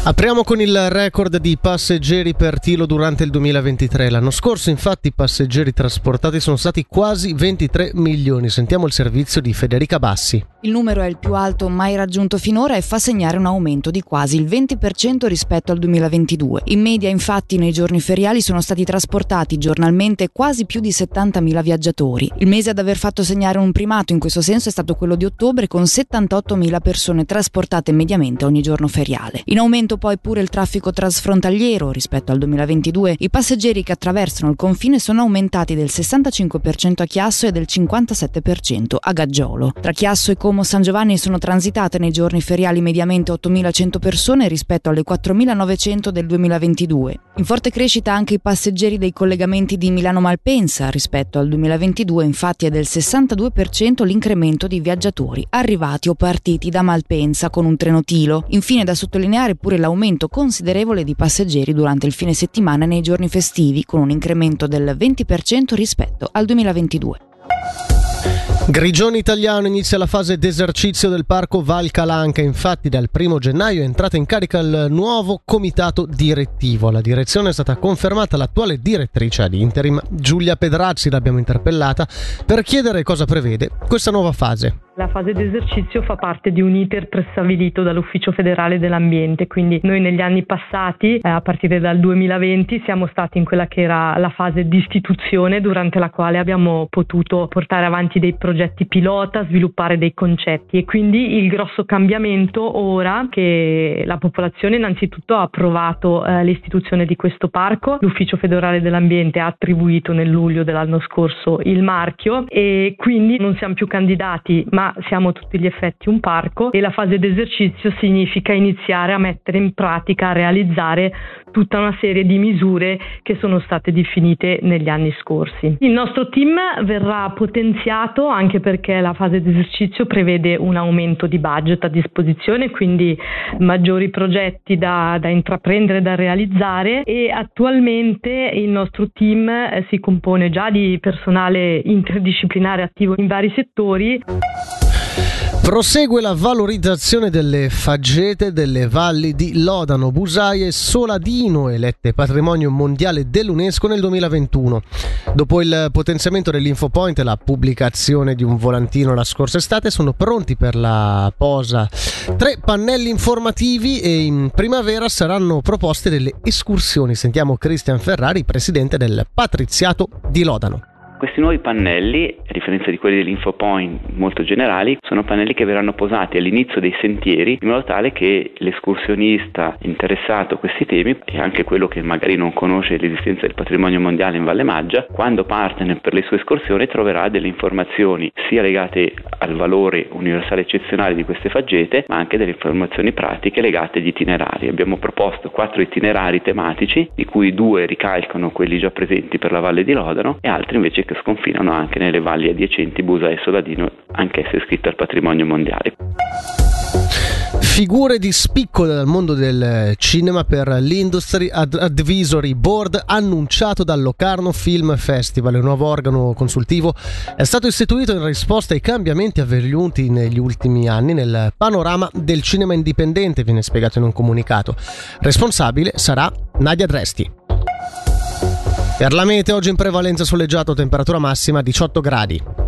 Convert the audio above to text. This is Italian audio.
Apriamo con il record di passeggeri per chilo durante il 2023. L'anno scorso, infatti, i passeggeri trasportati sono stati quasi 23 milioni. Sentiamo il servizio di Federica Bassi. Il numero è il più alto mai raggiunto finora e fa segnare un aumento di quasi il 20% rispetto al 2022. In media, infatti, nei giorni feriali sono stati trasportati giornalmente quasi più di 70.000 viaggiatori. Il mese ad aver fatto segnare un primato in questo senso è stato quello di ottobre, con 78.000 persone trasportate mediamente ogni giorno feriale. In aumento poi pure il traffico transfrontaliero. Rispetto al 2022, i passeggeri che attraversano il confine sono aumentati del 65% a Chiasso e del 57% a Gaggiolo. Tra Chiasso e Como San Giovanni sono transitate nei giorni feriali mediamente 8.100 persone rispetto alle 4.900 del 2022. In forte crescita anche i passeggeri dei collegamenti di Milano-Malpensa. Rispetto al 2022, infatti, è del 62% l'incremento di viaggiatori arrivati o partiti da Malpensa con un treno Tilo. Infine, da sottolineare pure l'aumento considerevole di passeggeri durante il fine settimana e nei giorni festivi, con un incremento del 20% rispetto al 2022. Grigioni Italiano inizia la fase d'esercizio del parco Val Calanca. Infatti dal 1 gennaio è entrata in carica il nuovo comitato direttivo. Alla direzione è stata confermata l'attuale direttrice ad interim Giulia Pedrazzi. L'abbiamo interpellata per chiedere cosa prevede questa nuova fase. La fase d'esercizio fa parte di un iter prestabilito dall'Ufficio Federale dell'Ambiente, quindi noi negli anni passati, a partire dal 2020, siamo stati in quella che era la fase di istituzione, durante la quale abbiamo potuto portare avanti dei progetti pilota, sviluppare dei concetti, e quindi il grosso cambiamento ora che la popolazione innanzitutto ha approvato l'istituzione di questo parco. L'Ufficio Federale dell'Ambiente ha attribuito nel luglio dell'anno scorso il marchio e quindi non siamo più candidati, ma siamo a tutti gli effetti un parco, e la fase d'esercizio significa iniziare a mettere in pratica, a realizzare tutta una serie di misure che sono state definite negli anni scorsi. Il nostro team verrà potenziato anche perché la fase d'esercizio prevede un aumento di budget a disposizione, quindi maggiori progetti da intraprendere, da realizzare, e attualmente il nostro team si compone già di personale interdisciplinare attivo in vari settori. Prosegue la valorizzazione delle faggete delle valli di Lodano, Busaia e Soladino, elette patrimonio mondiale dell'UNESCO nel 2021. Dopo il potenziamento dell'infopoint e la pubblicazione di un volantino la scorsa estate, sono pronti per la posa 3 pannelli informativi e in primavera saranno proposte delle escursioni. Sentiamo Cristian Ferrari, presidente del Patriziato di Lodano. Questi nuovi pannelli, a differenza di quelli dell'infopoint molto generali, sono pannelli che verranno posati all'inizio dei sentieri in modo tale che l'escursionista interessato a questi temi, e anche quello che magari non conosce l'esistenza del patrimonio mondiale in Valle Maggia, quando parte per le sue escursioni troverà delle informazioni sia legate al valore universale eccezionale di queste faggete, ma anche delle informazioni pratiche legate agli itinerari. Abbiamo proposto 4 itinerari tematici, di cui 2 ricalcano quelli già presenti per la Valle di Lodano e altri invece che sconfinano anche nelle valli adiacenti Busa e Soladino, anch'esse iscritte al patrimonio mondiale. Figure di spicco dal mondo del cinema per l'Industry Advisory Board annunciato dal Locarno Film Festival. Il nuovo organo consultivo è stato istituito in risposta ai cambiamenti avvenuti negli ultimi anni nel panorama del cinema indipendente, viene spiegato in un comunicato. Responsabile sarà Nadia Dresti. Per la mete oggi in prevalenza soleggiato, temperatura massima 18 gradi.